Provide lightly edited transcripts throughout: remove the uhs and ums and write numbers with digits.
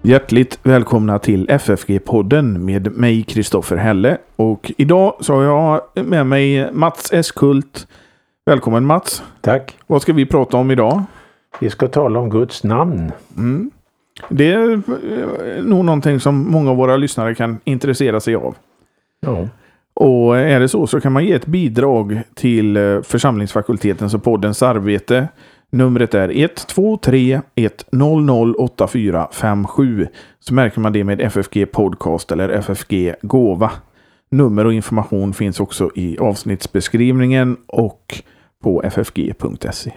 Hjärtligt välkomna till FFG-podden med mig Kristoffer Helle. Och idag så har jag med mig Mats Eskult. Välkommen Mats. Tack. Vad ska vi prata om idag? Vi ska tala om Guds namn. Det är nog någonting som många av våra lyssnare kan intressera sig av. Ja. Och är det så kan man ge ett bidrag till församlingsfakultetens och poddens arbete. Numret är 123 100 8457. Så märker man det med FFG Podcast eller FFG Gåva. Nummer och information finns också i avsnittsbeskrivningen och på ffg.se.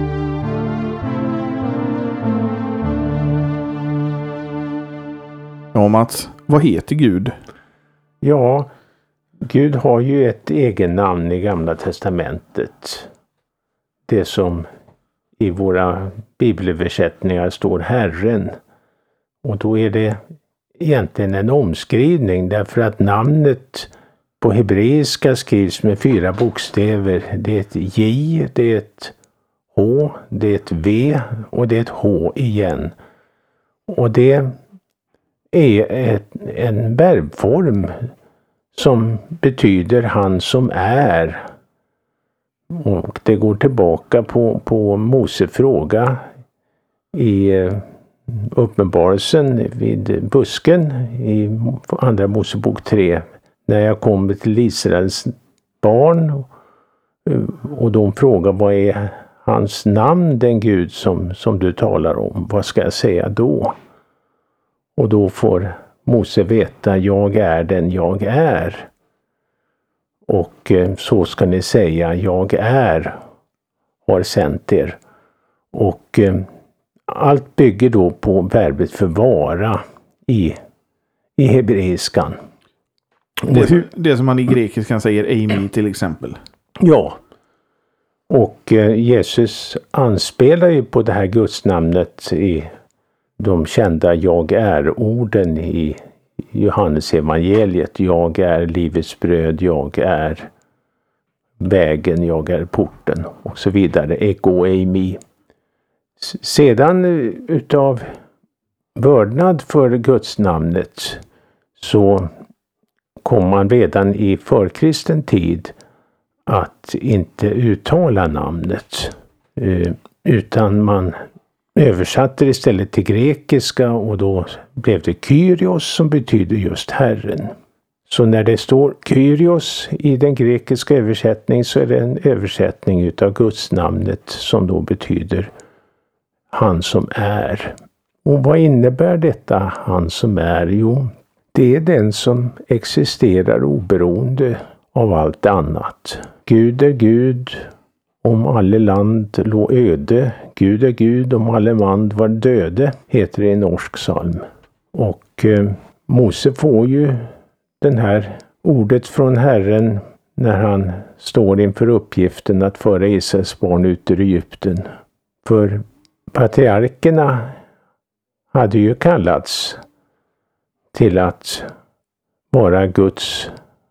Ja Mats, vad heter Gud? Ja, Gud har ju ett egen namn i Gamla testamentet. Det som i våra bibelöversättningar står Herren. Och då är det egentligen en omskrivning därför att namnet på hebreiska skrivs med 4 bokstäver. Det är ett J, det är ett H, det är ett V och det är ett H igen. Och det är en verbform som betyder han som är. Och det går tillbaka på Mose fråga i uppenbarelsen vid busken i andra Mosebok 3. När jag kommer till Israels barn och de frågar vad är hans namn, den Gud som du talar om. Vad ska jag säga då? Och då får Mose veta, jag är den jag är. Och så ska ni säga, jag är, har sänt er. Och allt bygger då på verbet förvara i hebreiskan. Det som man i grekiskan säger eimi till exempel. Ja. Och Jesus anspelar ju på det här gudsnamnet i de kända jag är-orden i Johannes evangeliet. Jag är livets bröd, jag är vägen, jag är porten och så vidare. Ego eimi. Sedan utav vördnad för gudsnamnet så kom man redan i förkristen tid att inte uttala namnet utan man översatte det istället till grekiska och då blev det Kyrios som betyder just Herren. Så när det står Kyrios i den grekiska översättningen så är det en översättning utav gudsnamnet som då betyder han som är. Och vad innebär detta han som är? Jo, det är den som existerar oberoende av allt annat. Gud är Gud om alle land lå öde. Gud är Gud om alle man var döde, heter det i norsk psalm. Och Mose får ju den här ordet från Herren när han står inför uppgiften att föra Israels barn ut ur Egypten. För patriarkerna hade ju kallats till att vara Guds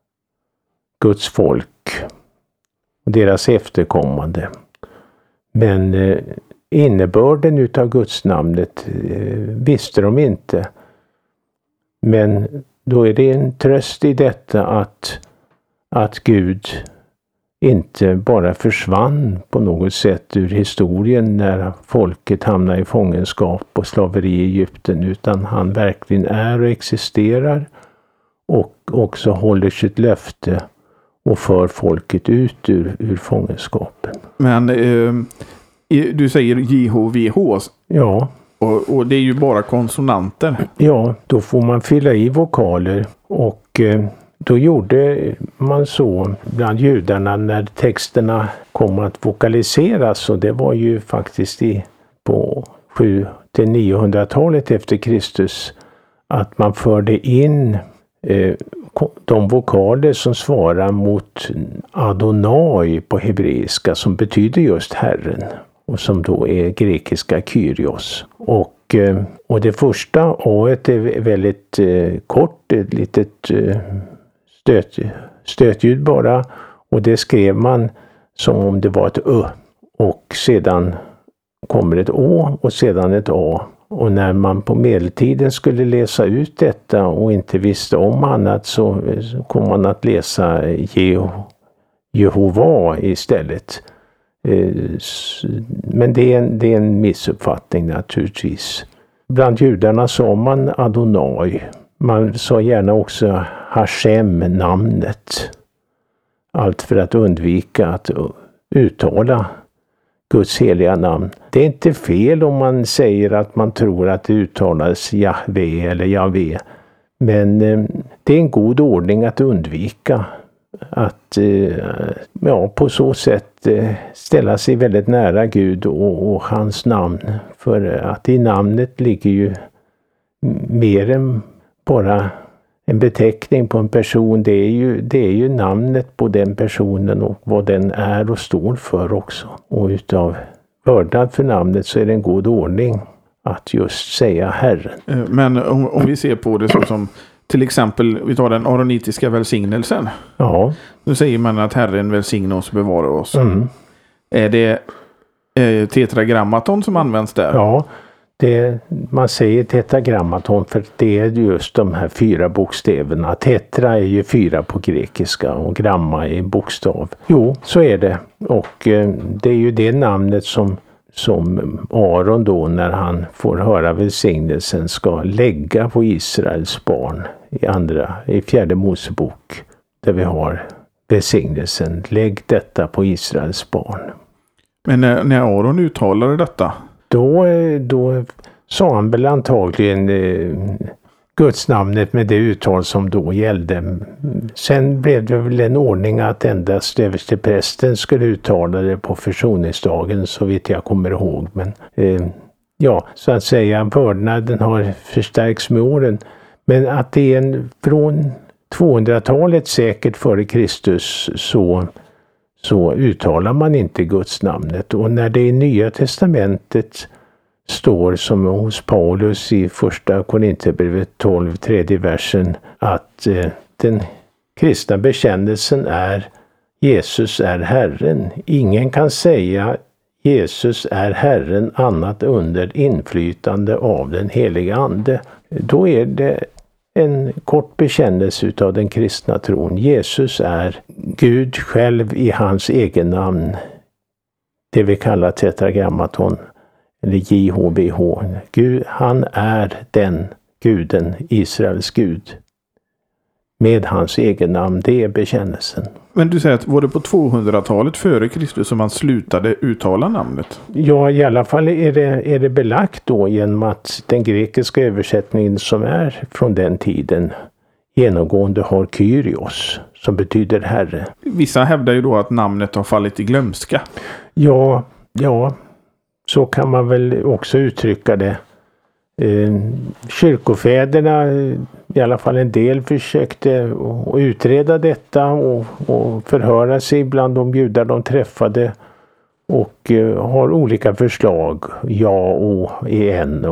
folk och deras efterkommande. Men innebörden utav gudsnamnet visste de inte. Men då är det en tröst i detta att Gud inte bara försvann på något sätt ur historien när folket hamnade i fångenskap och slaveri i Egypten, utan han verkligen är och existerar och också håller sitt löfte och för folket ut ur fångenskapen. Men du säger JHVH. Ja. Och det är ju bara konsonanter. Ja, då får man fylla i vokaler och då gjorde man så bland judarna när texterna kom att vokaliseras, och det var ju faktiskt på 700-900-talet efter Kristus att man förde in de vokaler som svarar mot Adonai på hebreiska som betyder just Herren och som då är grekiska Kyrios. Och det första A-et är väldigt kort, ett litet stötljud bara, och det skrev man som om det var ett Ö, och sedan kommer ett Å och sedan ett A Och när man på medeltiden skulle läsa ut detta och inte visste om annat så kom man att läsa Jehova istället. Men det är en missuppfattning naturligtvis. Bland judarna sa man Adonai. Man sa gärna också Hashem-namnet. Allt för att undvika att uttala Guds heliga namn. Det är inte fel om man säger att man tror att det uttalas Jahve eller Jahve. Men det är en god ordning att undvika att på så sätt ställa sig väldigt nära Gud och hans namn. För att i namnet ligger ju mer än bara en beteckning på en person. Det är ju namnet på den personen och vad den är och står för också. Och utav vördnad för namnet så är det en god ordning att just säga Herren. Men om vi ser på det så som till exempel, vi tar den aronitiska välsignelsen. Ja. Nu säger man att Herren välsignar oss och bevarar oss. Mm. Är det tetragrammaton som används där? Ja, man säger tetragrammaton för det är just de här 4 bokstäverna. Tetra är ju 4 på grekiska och gramma är bokstav. Jo, så är det. Och det är ju det namnet som Aron då när han får höra välsignelsen ska lägga på Israels barn i 4:e Mosebok där vi har välsignelsen. Lägg detta på Israels barn. Men när Aron uttalade detta? Då sa han väl antagligen Guds namnet med det uttal som då gällde. Sen blev det väl en ordning att endast översteprästen skulle uttala det på försoningsdagen så vitt jag kommer ihåg. Men så att säga vördnaden har förstärkts med åren. Men att det är från 200-talet säkert före Kristus så uttalar man inte Guds namnet. Och när det i Nya testamentet står som hos Paulus i 1 Korinthierbrevet 12, 3:e versen att den kristna bekännelsen är Jesus är Herren. Ingen kan säga Jesus är Herren annat under inflytande av den heliga ande. Då är det en kort bekännelse utav den kristna tron. Jesus är Gud själv i hans egen namn. Det vi kallar tetragrammaton. Eller JHBH. Gud, han är den guden, Israels Gud. Med hans egen namn, det är bekännelsen. Men du säger att var det på 200-talet före Kristus som man slutade uttala namnet? Ja, i alla fall är det belagt då genom att den grekiska översättningen som är från den tiden genomgående har Kyrios, som betyder Herre. Vissa hävdar ju då att namnet har fallit i glömska. Ja, så kan man väl också uttrycka det. Kyrkofäderna, i alla fall en del, försökte att utreda detta och förhöra sig bland de judar de träffade och har olika förslag, ja och en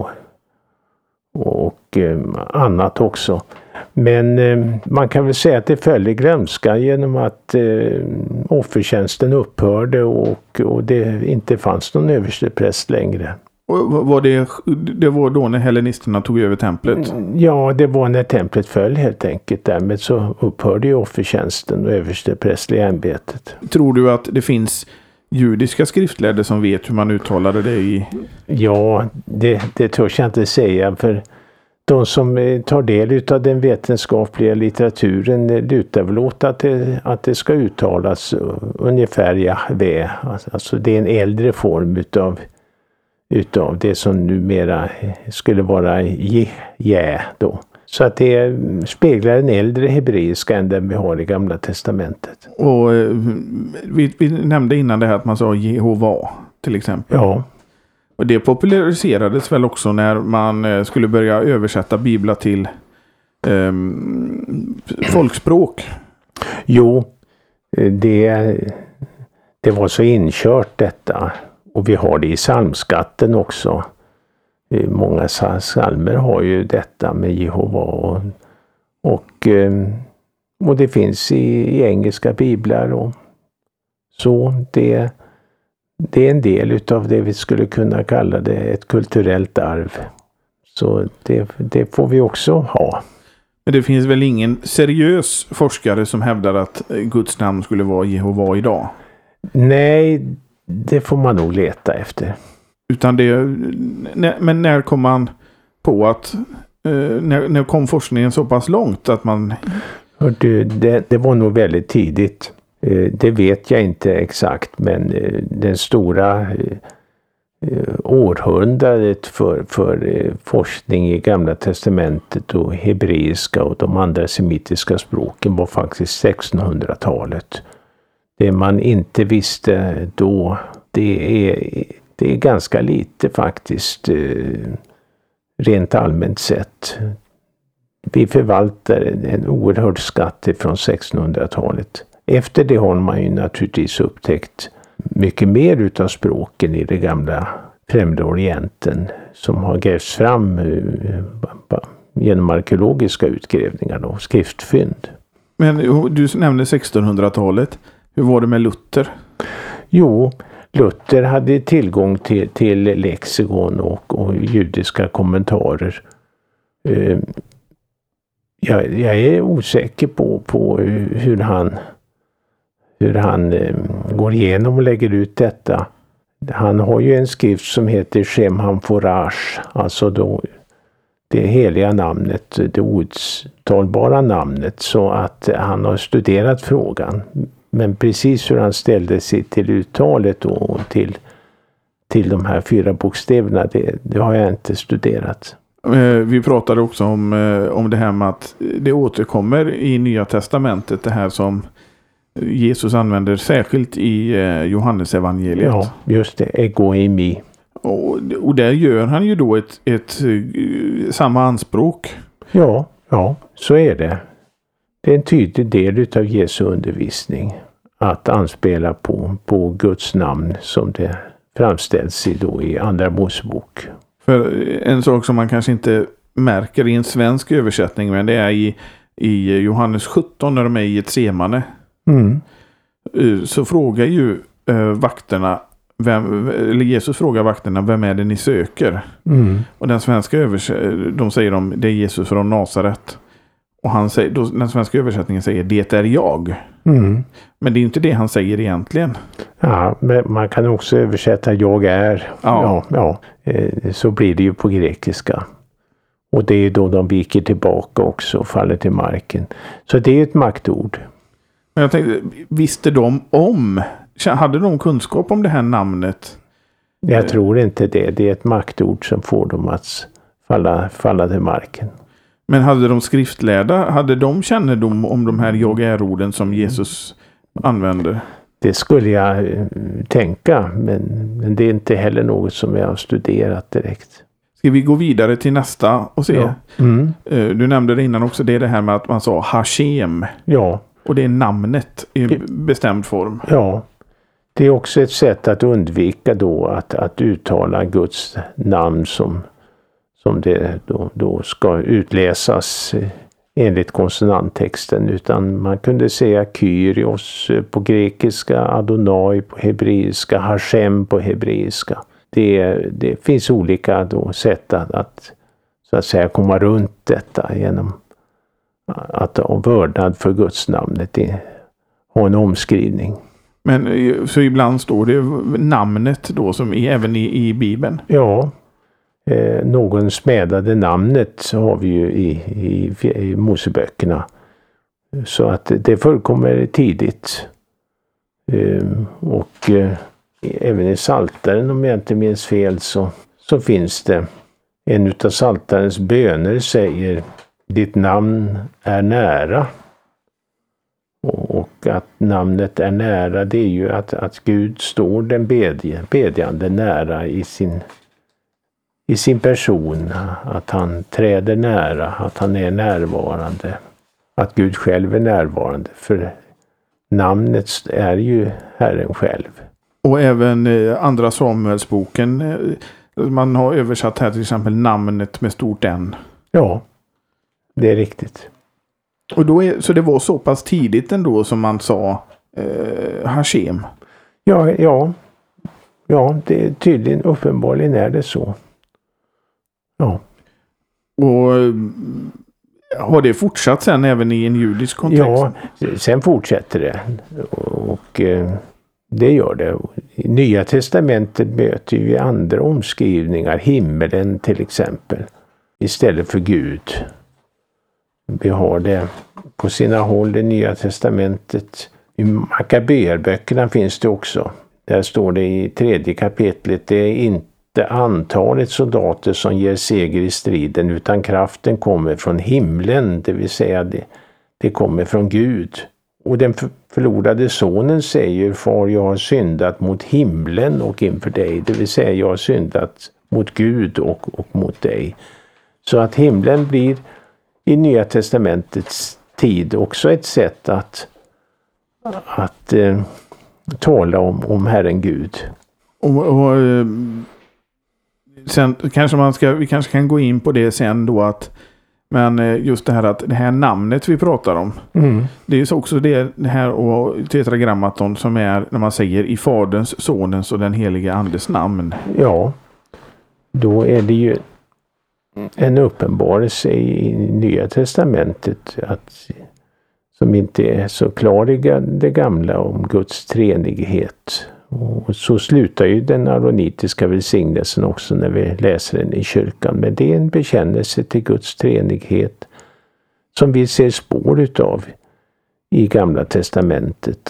och annat också. Men man kan väl säga att det föll i glömska genom att offertjänsten upphörde och det inte fanns någon överstepräst längre. Och det var då när hellenisterna tog över templet? Ja, det var när templet föll helt enkelt. Därmed så upphörde ju offertjänsten och översteprästliga ämbetet. Tror du att det finns judiska skriftlärde som vet hur man uttalade det i? Ja, det törs jag inte säga, för de som tar del av den vetenskapliga litteraturen lutar väl åt att det ska uttalas ungefär Jahve. Alltså det är en äldre form utav det som numera skulle vara Jä då. Så att det speglar en äldre hebreiska än den vi har i Gamla testamentet. Och vi nämnde innan det här att man sa Jehova till exempel. Ja. Och det populariserades väl också när man skulle börja översätta biblar till folkspråk? Jo, det var så inkört detta. Och vi har det i psalmskatten också. Många psalmer har ju detta med Jehova. Och det finns i engelska biblar. Och så det det är en del utav det vi skulle kunna kalla det ett kulturellt arv. Så det får vi också ha. Men det finns väl ingen seriös forskare som hävdar att Guds namn skulle vara Jehova idag? Nej, det får man nog leta efter. Utan men när kom man på att när kom forskningen så pass långt att man... Det var nog väldigt tidigt. Det vet jag inte exakt, men den stora århundradet för forskning i Gamla testamentet och hebreiska och de andra semitiska språken var faktiskt 1600-talet. Det man inte visste då, det är ganska lite faktiskt, rent allmänt sett. Vi förvaltar en oerhörd skatt från 1600-talet. Efter det har man ju naturligtvis upptäckt mycket mer utav språken i det gamla Främre Orienten som har grävts fram genom arkeologiska utgrävningar och skriftfynd. Men du nämnde 1600-talet. Hur var det med Luther? Jo, Luther hade tillgång till lexikon och judiska kommentarer. Jag är osäker på hur han går igenom och lägger ut detta. Han har ju en skrift som heter Shem HaMeforach, alltså då det heliga namnet, det outtalbara namnet, så att han har studerat frågan. Men precis hur han ställde sig till uttalet och till de här 4 bokstäverna, det har jag inte studerat. Vi pratade också om det här med att det återkommer i Nya testamentet, det här som Jesus använder särskilt i Johannes evangeliet. Ja, just det. Ego eimi. Och där gör han ju då ett samma anspråk. Ja, så är det. Det är en tydlig del av Jesu undervisning att anspela på Guds namn som det framställs i Andra Mosebok. För en sak som man kanske inte märker i en svensk översättning, men det är i Johannes 17 när de är i Getsemane. Så frågar ju vakterna, Jesus frågar vakterna, vem är det ni söker? Och den svenska de säger det är Jesus från Nasaret. Och den svenska översättningen säger det är jag. Men det är inte det han säger egentligen. Ja, men man kan också översätta jag är. Ja. Så blir det ju på grekiska. Och det är då de viker tillbaka också och faller till marken. Så det är ett maktord. Men jag tänkte, visste hade de kunskap om det här namnet? Jag tror inte det. Det är ett maktord som får dem att falla till marken. Men hade de skriftlärda, hade de kännedom om de här jag är-orden som Jesus använder? Det skulle jag tänka, men det är inte heller något som jag har studerat direkt. Ska vi gå vidare till nästa och se? Ja. Du nämnde det innan också, det är det här med att man sa Hashem. Ja. Och det är namnet i bestämd form. Ja, det är också ett sätt att undvika då att uttala Guds namn som det då ska utläsas enligt konsonanttexten, utan man kunde säga Kyrios på grekiska, Adonai på hebreiska, Hashem på hebreiska. Det finns olika då sätt att så att säga komma runt detta genom att ha vördnad för Guds namnet, ha en omskrivning. Men så ibland står det namnet då som är även i Bibeln? Ja. Någon smädade namnet så har vi ju i Moseböckerna. Så att det förekommer tidigt. Och även i Psaltaren, om jag inte minns fel, så finns det en utav Psaltarens böner säger ditt namn är nära. Och att namnet är nära, det är ju att Gud står den bedjande nära i sin person, att han träder nära, att han är närvarande, att Gud själv är närvarande, för namnet är ju Herren själv. Och även andra Samuelsboken, man har översatt här till exempel namnet med stort N. Ja, det är riktigt. Och så det var så pass tidigt ändå som man sa Hashem? Ja. Ja, det är tydligen, uppenbarligen är det så. Ja. Och har det fortsatt sen även i en judisk kontext? Ja, sen fortsätter det. Och det gör det. I Nya testamentet möter ju andra omskrivningar. Himmelen till exempel. Istället för Gud. Vi har det på sina håll i Nya testamentet. I Makabeerböckerna finns det också. Där står det i 3:e kapitlet. Det är inte antalet soldater som ger seger i striden, utan kraften kommer från himlen. Det vill säga det kommer från Gud. Och den förlorade sonen säger: Far, jag har syndat mot himlen och inför dig. Det vill säga jag har syndat mot Gud och mot dig. Så att himlen blir i Nya testamentets tid också ett sätt att tala om Herren Gud. Och sen kanske vi kanske kan gå in på det sen då, att men just det här att det här namnet vi pratar om, det är ju också det här och tetragrammaton som är när man säger i Faderns, Sonens och den helige Andes namn. Ja, då är det ju en uppenbarelse i Nya testamentet som inte är så klar i det gamla om Guds treenighet. Och så slutar ju den aronitiska välsignelsen också när vi läser den i kyrkan. Men det är en bekännelse till Guds treenighet som vi ser spår utav i Gamla testamentet.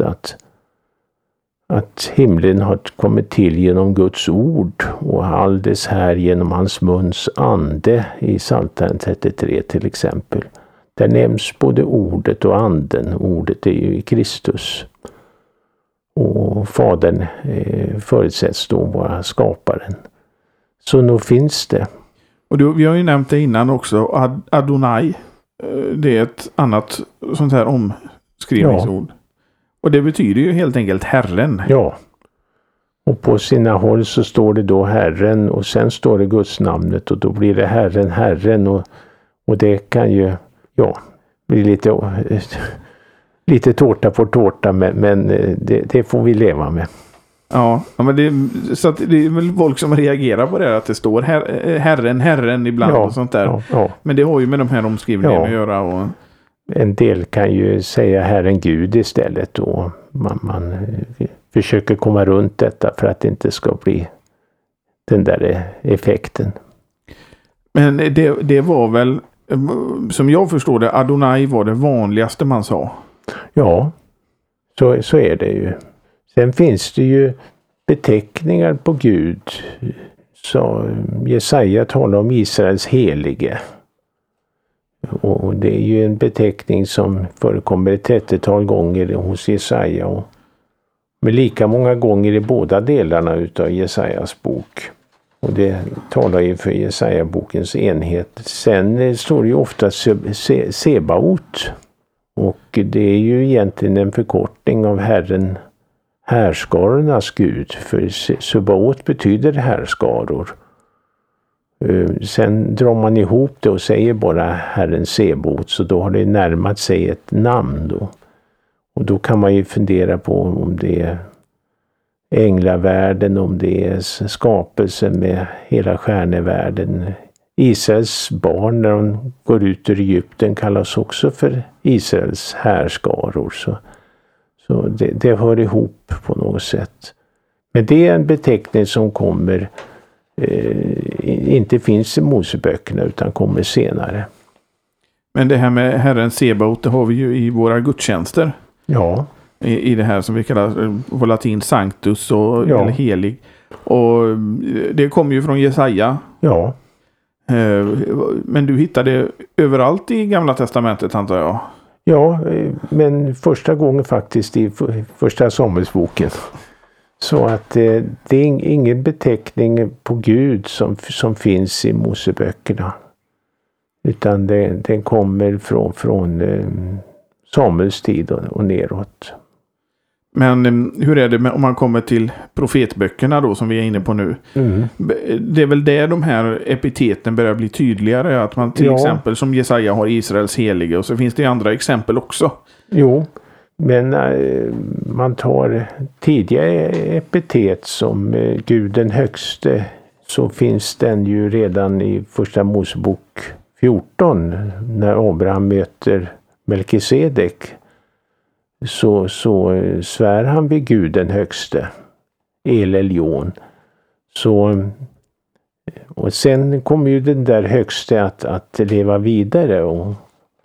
Att himlen har kommit till genom Guds ord och all dess här genom hans muns ande i Psaltaren 33 till exempel. Där nämns både ordet och anden. Ordet är ju i Kristus. Och Fadern förutsätts då vara skaparen. Så nog finns det. Och vi har ju nämnt det innan också. Adonai. Det är ett annat sånt här omskrivningsord. Ja. Och det betyder ju helt enkelt Herren. Ja. Och på sina håll så står det då Herren och sen står det Guds namnet och då blir det Herren och det kan ju bli lite tårta på tårta, men det får vi leva med. Ja, men så att det är väl folk som reagerar på det, att det står Herren ibland och sånt där. Ja. Men det har ju med de här omskrivningarna att göra. Och en del kan ju säga Herren Gud istället och man försöker komma runt detta för att det inte ska bli den där effekten. Men det var väl, som jag förstår det, Adonai var det vanligaste man sa. Ja, så är det ju. Sen finns det ju beteckningar på Gud. Så Jesaja talar om Israels helige. Och det är ju en beteckning som förekommer ett 30-tal gånger hos Jesaja. Men lika många gånger i båda delarna utav Jesajas bok. Och det talar ju för Jesaja-bokens enhet. Sen står det ju ofta Sebaot. Och det är ju egentligen en förkortning av Herren, härskarornas Gud. För Sebaot betyder härskaror. Sen drar man ihop det och säger bara Herren Sebaot, så då har det närmat sig ett namn då. Och då kan man ju fundera på om det är änglavärlden, om det är skapelsen med hela stjärnevärlden. Israels barn när de går ut ur Egypten kallas också för Israels härskaror. Så det hör ihop på något sätt. Men det är en beteckning som kommer inte finns i Moseböckerna utan kommer senare. Men det här med Herren Sebaot, det har vi ju i våra gudstjänster. Ja. I det här som vi kallar på latin sanctus eller helig. Och det kommer ju från Jesaja. Ja. Men du hittade överallt i Gamla testamentet, antar jag? Ja, men första gången faktiskt i första Samuelsboken. Så att det är ingen beteckning på Gud som finns i Moseböckerna. Utan den kommer från Samuels tid och neråt. Men hur är det om man kommer till profetböckerna då som vi är inne på nu? Mm. Det är väl där de här epiteten börjar bli tydligare, att man till exempel som Jesaja har Israels helige, och så finns det andra exempel också. Jo, Men man tar tidiga epitet som Gud den högste, så finns den ju redan i första Mosebok 14 när Abraham möter Melkisedek. Så svär han vid Gud den högste, El Elyon. Och sen kommer ju den där högste att leva vidare, och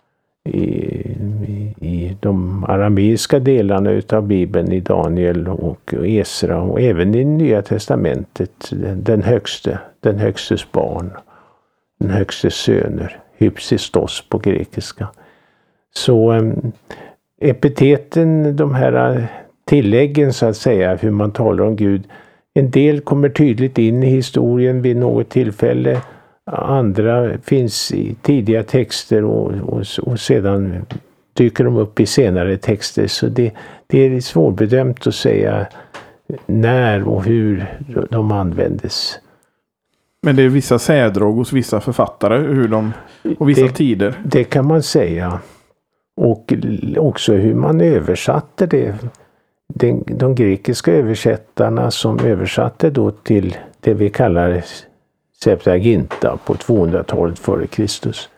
i de arameiska delarna utav Bibeln, i Daniel och Esra, och även i Nya testamentet, den högstes barn, den högstes söner, hypsistos på grekiska. Så epiteten, de här tilläggen så att säga, hur man talar om Gud, en del kommer tydligt in i historien vid något tillfälle, andra finns i tidiga texter och sedan dyker de upp i senare texter. Så det är svårbedömt att säga när och hur de användes. Men det är vissa särdrag hos vissa författare och vissa tider. Det kan man säga. Och också hur man översatte det. De grekiska översättarna som översatte då till det vi kallar Septuaginta på 200-talet före Kristus.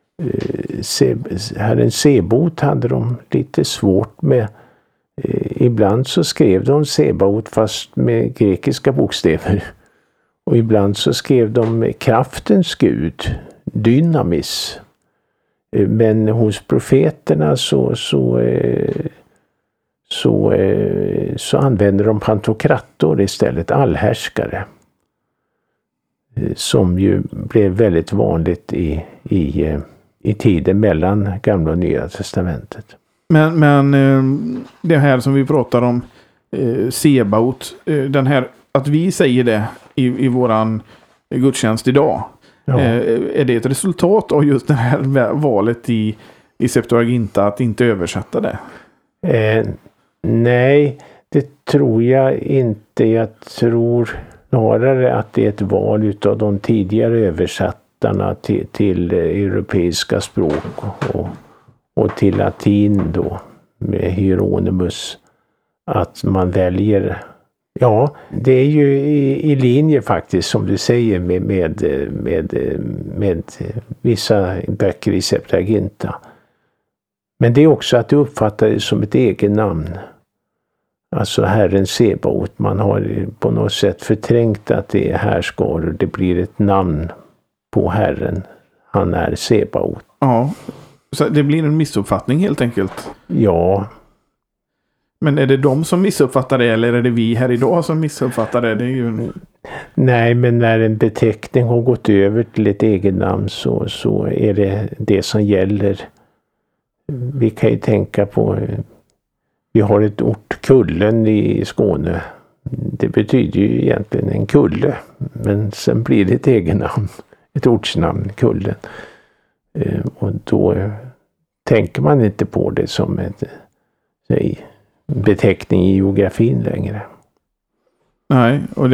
Herren Sebot hade de lite svårt med. Ibland så skrev de Sebaot fast med grekiska bokstäver. Och ibland så skrev de kraftens gud, dynamis. Men hos profeterna så använder de pantokrator istället, allhärskare. Som ju blev väldigt vanligt i tiden mellan Gamla och Nya testamentet. Men det här som vi pratar om, Sebaot, den här, att vi säger det i våran gudstjänst idag, är det ett resultat av just det här valet i Septuaginta att inte översätta det? Nej, det tror jag inte. Jag tror snarare att det är ett val utav de tidigare översättarna till europeiska språk och till latin då med Hieronymus, att man väljer. Ja, det är ju i linje faktiskt som du säger med vissa böcker i Septuaginta. Men det är också att det uppfattades som ett eget namn. Alltså Herren Sebaot. Man har på något sätt förträngt att det är härskar. Det blir ett namn på Herren. Han är Sebaot. Ja, så det blir en missuppfattning helt enkelt. Ja. Men är det de som missuppfattar det, eller är det vi här idag som missuppfattar det? Det är ju... Nej, men när en beteckning har gått över till ett eget namn så är det som gäller. Vi kan ju tänka på, vi har ett ort, Kullen i Skåne. Det betyder ju egentligen en kulle, men sen blir det ett egennamn, ett ortsnamn, Kullen. Och då tänker man inte på det som en beteckning i geografin längre. Nej, och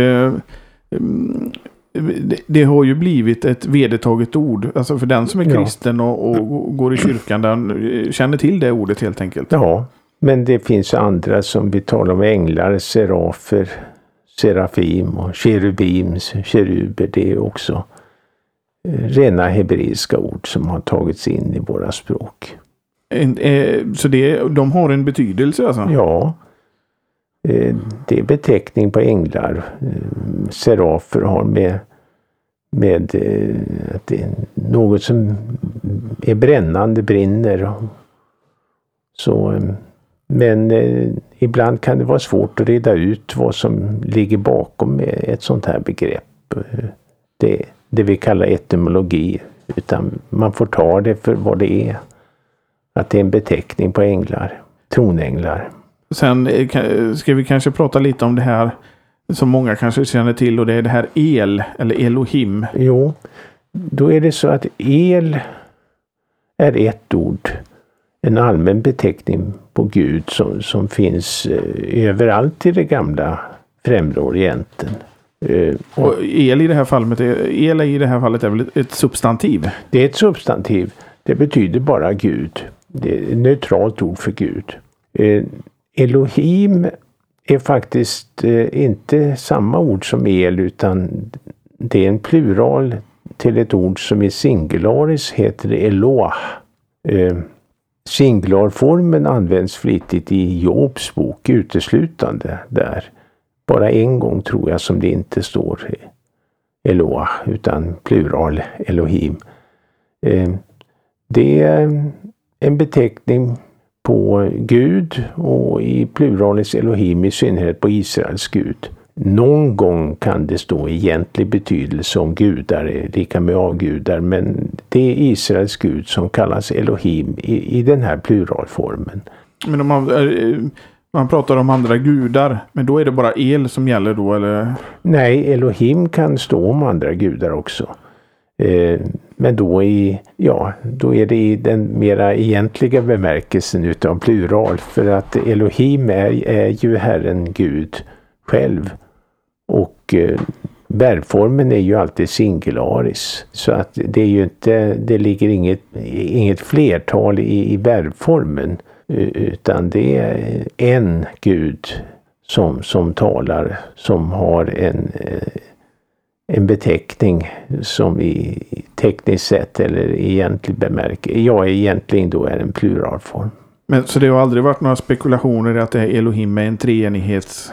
det har ju blivit ett vedertaget ord. Alltså för den som är kristen och går i kyrkan, den känner till det ordet helt enkelt. Ja, men det finns andra som vi talar om, änglar, serafer, serafim och cherubim, keruber. Det är också rena hebreiska ord som har tagits in i våra språk. Så de har en betydelse alltså? Ja. Det är beteckning på änglar. Serafer har med att det är något som är brännande, brinner. Så, men ibland kan det vara svårt att reda ut vad som ligger bakom ett sånt här begrepp. Det vi kallar etymologi. Utan man får ta det för vad det är. Att det är en beteckning på änglar, tronänglar. Sen ska vi kanske prata lite om det här som många kanske känner till, och det är det här El eller Elohim. Jo, då är det så att El är ett ord, en allmän beteckning på Gud som finns överallt i det gamla främre Orienten. Och El i det här fallet är väl ett substantiv? Det är ett substantiv. Det betyder bara Gud. Det är ett neutralt ord för Gud. Elohim är faktiskt inte samma ord som el, utan det är en plural till ett ord som i singularis heter Eloah. Singularformen används flitigt i Jobs bok uteslutande där. Bara en gång tror jag som det inte står Eloah utan plural Elohim. Det är en beteckning på Gud och i pluralis Elohim i synnerhet på Israels Gud. Någon gång kan det stå egentlig betydelse om gudar lika med avgudar, men det är Israels Gud som kallas Elohim i den här pluralformen. Men om man pratar om andra gudar, men då är det bara el som gäller då, eller? Nej, Elohim kan stå om andra gudar också. Men då är det i den mera egentliga bemärkelsen utav plural, för att Elohim är ju Herren Gud själv, och verbformen är ju alltid singularis, så att det är ju inte, det ligger inget flertal i verbformen, utan det är en Gud som talar, som har en beteckning som i tekniskt sett eller egentligen egentligen då är en pluralform. Men så det har aldrig varit några spekulationer att det är Elohim är en treenighets?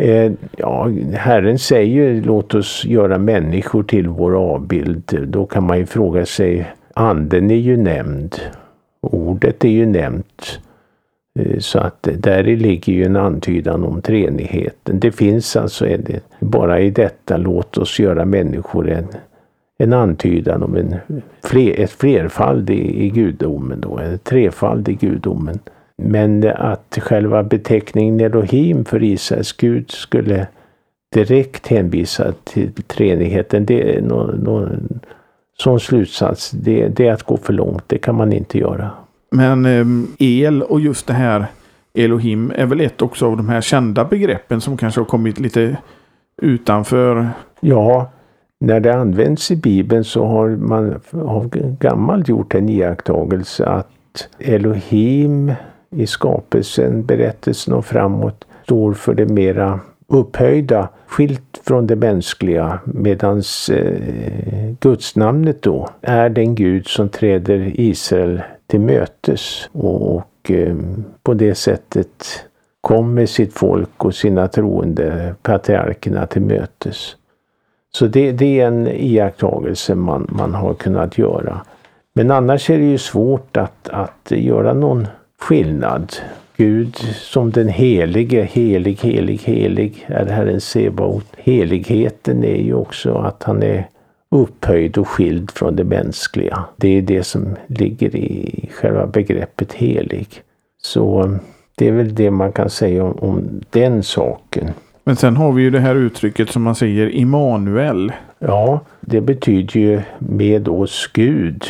Herren säger låt oss göra människor till vår avbild. Då kan man ju fråga sig, anden är ju nämnd, ordet är ju nämnt, så att där ligger ju en antydan om treenigheten. Det finns alltså bara i detta låt oss göra människor en antydan om ett flerfald i gudomen då, en trefald i gudomen. Men att själva beteckningen Elohim för Israels Gud skulle direkt hänvisa till treenigheten, det är någon sån slutsats. Det är att gå för långt, det kan man inte göra. Men el och just det här Elohim är väl ett också av de här kända begreppen som kanske har kommit lite utanför? Ja, när det används i Bibeln så har man gammalt gjort en iakttagelse att Elohim i skapelsen, berättelsen och framåt, står för det mera upphöjda, skilt från det mänskliga, medans Gudsnamnet då är den Gud som träder Israel till mötes och på det sättet kommer sitt folk och sina troende patriarkerna till mötes. Så det är en iakttagelse man har kunnat göra. Men annars är det ju svårt att göra någon skillnad. Gud som den helige, helig är Herren Sebaot. Heligheten är ju också att han är upphöjd och skild från det mänskliga. Det är det som ligger i själva begreppet helig. Så det är väl det man kan säga om den saken. Men sen har vi ju det här uttrycket som man säger Immanuel. Ja, det betyder ju med oss Gud.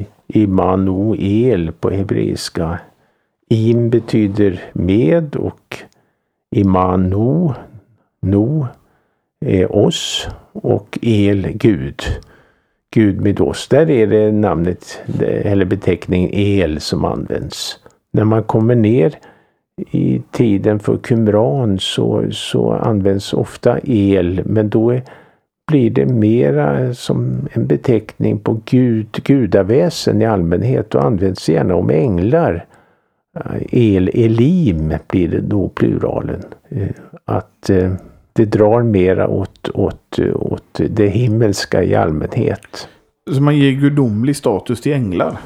Immanuel på hebreiska. Im betyder med och Immanu, no, är oss och el Gud. Gud med oss. Där är det namnet eller beteckningen el som används. När man kommer ner i tiden för Qumran så används ofta el, men då blir det mera som en beteckning på gudaväsen i allmänhet och används gärna om änglar. Elim blir det då pluralen. Att det drar mera åt det himmelska i allmänhet. Så man ger gudomlig status till änglar?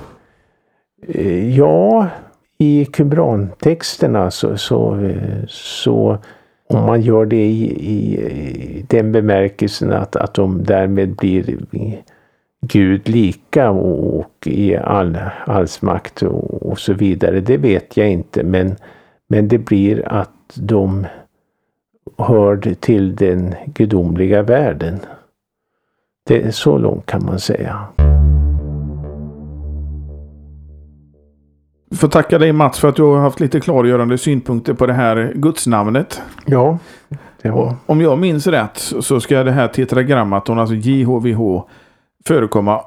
Ja, i Qumran-texterna så om man gör det i den bemärkelsen att de därmed blir Gud lika och i alls makt och så vidare, det vet jag inte, men det blir att de hör till den gudomliga världen. Det är så långt kan man säga. Jag får tacka dig Mats för att du har haft lite klargörande synpunkter på det här gudsnamnet. Ja, det var. Om jag minns rätt så ska det här tetragrammaton, alltså JHVH, förekomma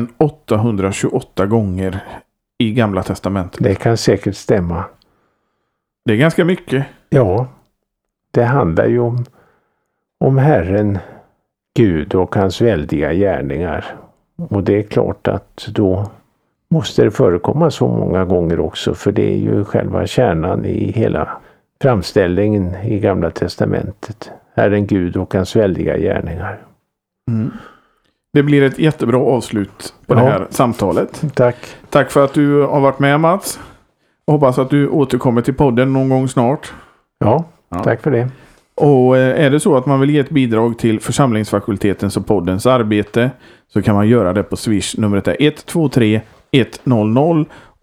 6828 gånger i Gamla testamentet. Det kan säkert stämma. Det är ganska mycket. Ja, det handlar ju om Herren Gud och hans väldiga gärningar. Och det är klart att då måste det förekomma så många gånger också, för det är ju själva kärnan i hela framställningen i Gamla testamentet. Herren Gud och hans väldiga gärningar. Mm. Det blir ett jättebra avslut på det här samtalet. Tack. Tack för att du har varit med, Mats. Jag hoppas att du återkommer till podden någon gång snart. Ja, tack för det. Och är det så att man vill ge ett bidrag till församlingsfakultetens och poddens arbete, så kan man göra det på Swish. Numret är 123 100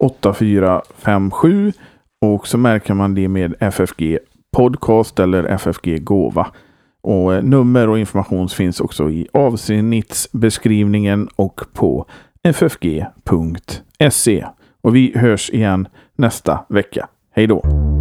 8457 och så märker man det med FFG podcast eller FFG gåva. Och nummer och information finns också i avsnittsbeskrivningen och på ffg.se. Och vi hörs igen nästa vecka. Hej då!